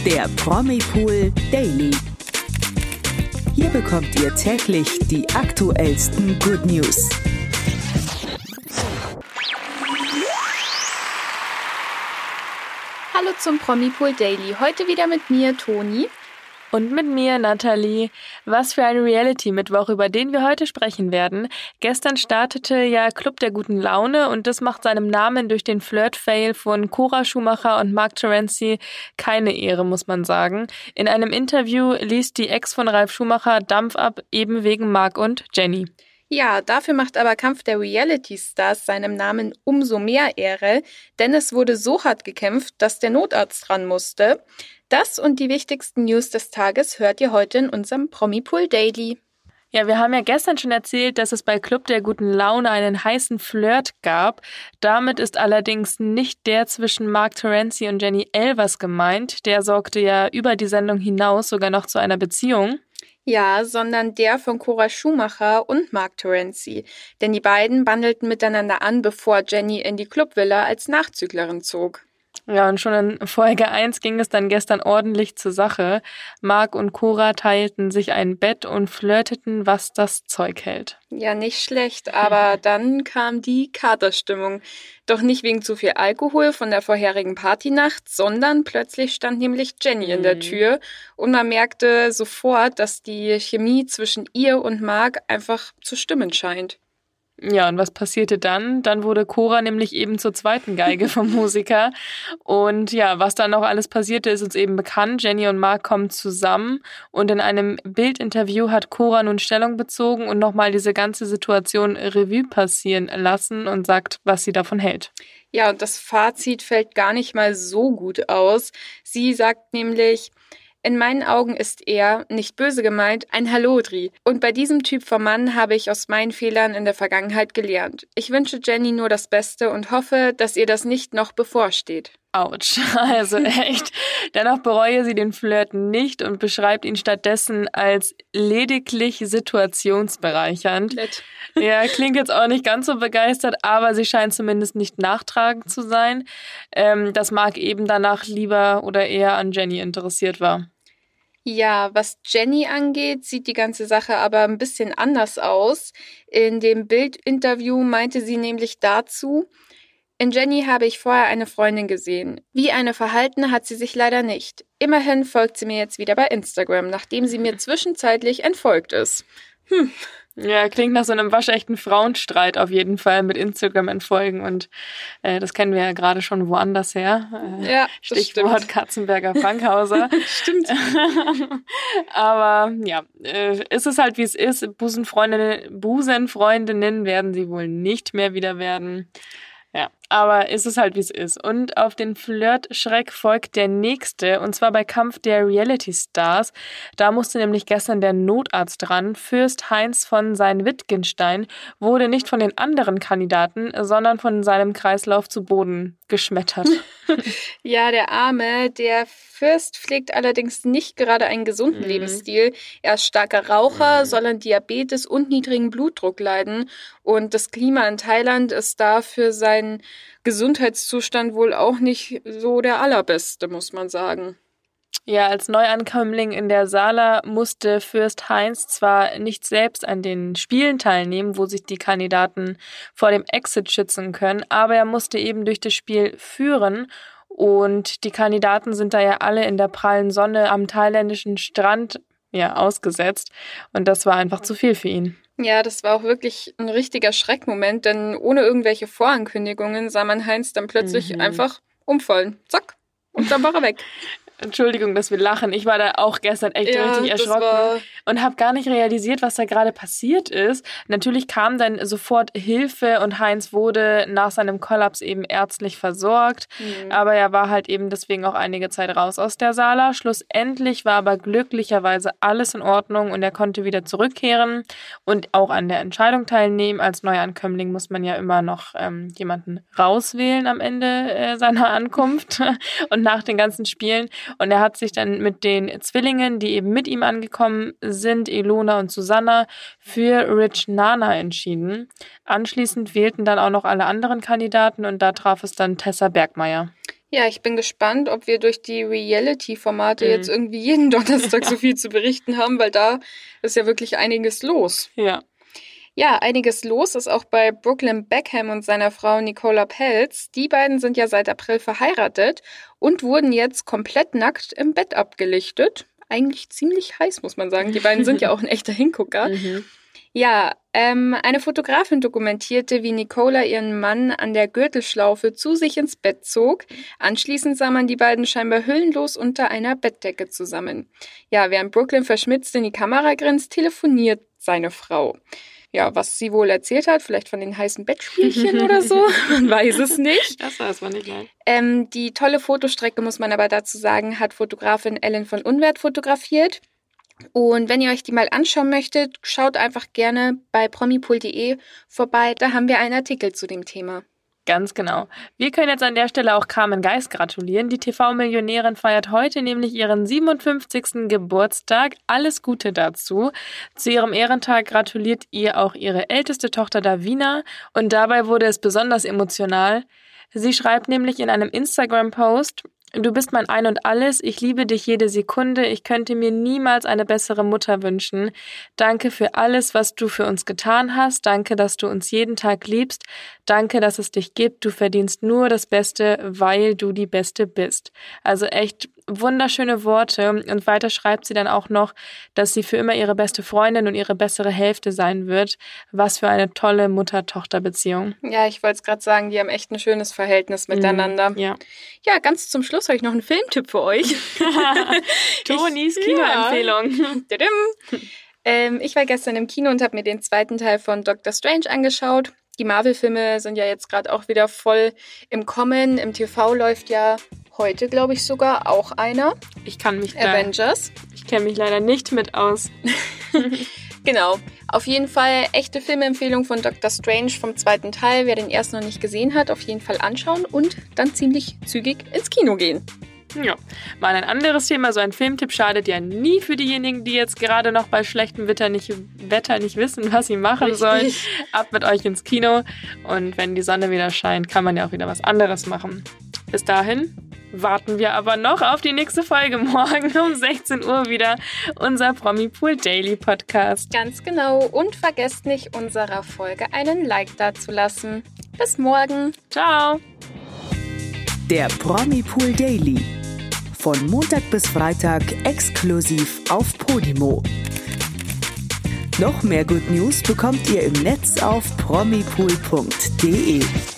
der Promipool Daily. Hier bekommt ihr täglich die aktuellsten Good News. Hallo zum Promipool Daily. Heute wieder mit mir, Toni. Und mit mir, Nathalie. Was für ein Reality-Mittwoch, über den wir heute sprechen werden. Gestern startete ja Club der guten Laune und das macht seinem Namen durch den Flirt-Fail von Cora Schumacher und Mark Terenzi keine Ehre, muss man sagen. In einem Interview ließ die Ex von Ralf Schumacher Dampf ab, eben wegen Mark und Jenny. Ja, dafür macht aber Kampf der Reality-Stars seinem Namen umso mehr Ehre, denn es wurde so hart gekämpft, dass der Notarzt ran musste. Das und die wichtigsten News des Tages hört ihr heute in unserem Promipool Daily. Ja, wir haben ja gestern schon erzählt, dass es bei Club der guten Laune einen heißen Flirt gab. Damit ist allerdings nicht der zwischen Mark Terenzi und Jenny Elvers gemeint. Der sorgte ja über die Sendung hinaus sogar noch zu einer Beziehung. Ja, sondern der von Cora Schumacher und Mark Terenzi. Denn die beiden bandelten miteinander an, bevor Jenny in die Clubvilla als Nachzüglerin zog. Ja, und schon in Folge 1 ging es dann gestern ordentlich zur Sache. Mark und Cora teilten sich ein Bett und flirteten, was das Zeug hält. Ja, nicht schlecht, aber dann kam die Katerstimmung. Doch nicht wegen zu viel Alkohol von der vorherigen Partynacht, sondern plötzlich stand nämlich Jenny in der Tür und man merkte sofort, dass die Chemie zwischen ihr und Mark einfach zu stimmen scheint. Ja, und was passierte dann? Dann wurde Cora nämlich eben zur zweiten Geige vom Musiker. Und ja, was dann noch alles passierte, ist uns eben bekannt. Jenny und Mark kommen zusammen und in einem Bildinterview hat Cora nun Stellung bezogen und nochmal diese ganze Situation Revue passieren lassen und sagt, was sie davon hält. Ja, und das Fazit fällt gar nicht mal so gut aus. Sie sagt nämlich: In meinen Augen ist er, nicht böse gemeint, ein Hallodri. Und bei diesem Typ von Mann habe ich aus meinen Fehlern in der Vergangenheit gelernt. Ich wünsche Jenny nur das Beste und hoffe, dass ihr das nicht noch bevorsteht. Autsch, also echt. Dennoch bereue sie den Flirt nicht und beschreibt ihn stattdessen als lediglich situationsbereichernd. Nett. Ja, klingt jetzt auch nicht ganz so begeistert, aber sie scheint zumindest nicht nachtragend zu sein, dass Mark eben danach lieber oder eher an Jenny interessiert war. Ja, was Jenny angeht, sieht die ganze Sache aber ein bisschen anders aus. In dem Bildinterview meinte sie nämlich dazu: In Jenny habe ich vorher eine Freundin gesehen. Wie eine verhalten hat sie sich leider nicht. Immerhin folgt sie mir jetzt wieder bei Instagram, nachdem sie mir zwischenzeitlich entfolgt ist. Ja, klingt nach so einem waschechten Frauenstreit auf jeden Fall mit Instagram entfolgen und das kennen wir ja gerade schon woanders her. Ja, Stichwort stimmt. Katzenberger Fankhauser. Stimmt. Aber ja, ist es halt wie es ist. Busenfreundinnen werden sie wohl nicht mehr wieder werden. Ja, aber ist es halt wie es ist. Und auf den Flirt-Schreck folgt der nächste, und zwar bei Kampf der Reality-Stars. Da musste nämlich gestern der Notarzt ran. Fürst Heinz von Sein-Wittgenstein wurde nicht von den anderen Kandidaten, sondern von seinem Kreislauf zu Boden geschmettert. Ja, der Arme, der Fürst pflegt allerdings nicht gerade einen gesunden Lebensstil. Er ist starker Raucher, soll an Diabetes und niedrigen Blutdruck leiden. Und das Klima in Thailand ist da für seinen Gesundheitszustand wohl auch nicht so der allerbeste, muss man sagen. Ja, als Neuankömmling in der Sala musste Fürst Heinz zwar nicht selbst an den Spielen teilnehmen, wo sich die Kandidaten vor dem Exit schützen können, aber er musste eben durch das Spiel führen und die Kandidaten sind da ja alle in der prallen Sonne am thailändischen Strand ausgesetzt und das war einfach zu viel für ihn. Ja, das war auch wirklich ein richtiger Schreckmoment, denn ohne irgendwelche Vorankündigungen sah man Heinz dann plötzlich einfach umfallen. Zack. Und dann war er weg. Entschuldigung, dass wir lachen. Ich war da auch gestern echt richtig erschrocken und habe gar nicht realisiert, was da gerade passiert ist. Natürlich kam dann sofort Hilfe und Heinz wurde nach seinem Kollaps eben ärztlich versorgt. Aber er war halt eben deswegen auch einige Zeit raus aus der Sala. Schlussendlich war aber glücklicherweise alles in Ordnung und er konnte wieder zurückkehren und auch an der Entscheidung teilnehmen. Als Neuankömmling muss man ja immer noch jemanden rauswählen am Ende seiner Ankunft und nach den ganzen Spielen. Und er hat sich dann mit den Zwillingen, die eben mit ihm angekommen sind, Ilona und Susanna, für Rich Nana entschieden. Anschließend wählten dann auch noch alle anderen Kandidaten und da traf es dann Tessa Bergmeier. Ja, ich bin gespannt, ob wir durch die Reality-Formate jetzt irgendwie jeden Donnerstag so viel zu berichten haben, weil da ist ja wirklich einiges los. Ja. Ja, einiges los ist auch bei Brooklyn Beckham und seiner Frau Nicola Peltz. Die beiden sind ja seit April verheiratet und wurden jetzt komplett nackt im Bett abgelichtet. Eigentlich ziemlich heiß, muss man sagen. Die beiden sind ja auch ein echter Hingucker. Ja, eine Fotografin dokumentierte, wie Nicola ihren Mann an der Gürtelschlaufe zu sich ins Bett zog. Anschließend sah man die beiden scheinbar hüllenlos unter einer Bettdecke zusammen. Ja, während Brooklyn verschmitzt in die Kamera grinst, telefoniert seine Frau. Ja, was sie wohl erzählt hat, vielleicht von den heißen Bettspielchen oder so, man weiß es nicht. Das weiß man nicht, nein. Die tolle Fotostrecke, muss man aber dazu sagen, hat Fotografin Ellen von Unwert fotografiert. Und wenn ihr euch die mal anschauen möchtet, schaut einfach gerne bei promipool.de vorbei, da haben wir einen Artikel zu dem Thema. Ganz genau. Wir können jetzt an der Stelle auch Carmen Geis gratulieren. Die TV-Millionärin feiert heute nämlich ihren 57. Geburtstag. Alles Gute dazu. Zu ihrem Ehrentag gratuliert ihr auch ihre älteste Tochter Davina. Und dabei wurde es besonders emotional. Sie schreibt nämlich in einem Instagram-Post: Du bist mein Ein und Alles, ich liebe dich jede Sekunde, ich könnte mir niemals eine bessere Mutter wünschen. Danke für alles, was du für uns getan hast, danke, dass du uns jeden Tag liebst, danke, dass es dich gibt, du verdienst nur das Beste, weil du die Beste bist. Also echt wunderschöne Worte, und weiter schreibt sie dann auch noch, dass sie für immer ihre beste Freundin und ihre bessere Hälfte sein wird. Was für eine tolle Mutter-Tochter-Beziehung. Ja, ich wollte es gerade sagen, die haben echt ein schönes Verhältnis miteinander. Ja, ganz zum Schluss habe ich noch einen Filmtipp für euch. Tonis Kinoempfehlung. Ich war gestern im Kino und habe mir den zweiten Teil von Doctor Strange angeschaut. Die Marvel-Filme sind ja jetzt gerade auch wieder voll im Kommen. Im TV läuft ja heute, glaube ich, sogar auch einer. Ich kenne mich leider nicht mit aus. Genau. Auf jeden Fall echte Filmempfehlung von Doctor Strange vom zweiten Teil. Wer den ersten noch nicht gesehen hat, auf jeden Fall anschauen und dann ziemlich zügig ins Kino gehen. Ja, mal ein anderes Thema. So ein Filmtipp schadet ja nie für diejenigen, die jetzt gerade noch bei schlechtem Wetter nicht wissen, was sie machen sollen. Ab mit euch ins Kino. Und wenn die Sonne wieder scheint, kann man ja auch wieder was anderes machen. Bis dahin warten wir aber noch auf die nächste Folge morgen um 16 Uhr wieder, unser Promipool Daily Podcast. Ganz genau. Und vergesst nicht, unserer Folge einen Like dazulassen. Bis morgen. Ciao. Der Promipool Daily. Von Montag bis Freitag exklusiv auf Podimo. Noch mehr Good News bekommt ihr im Netz auf promipool.de.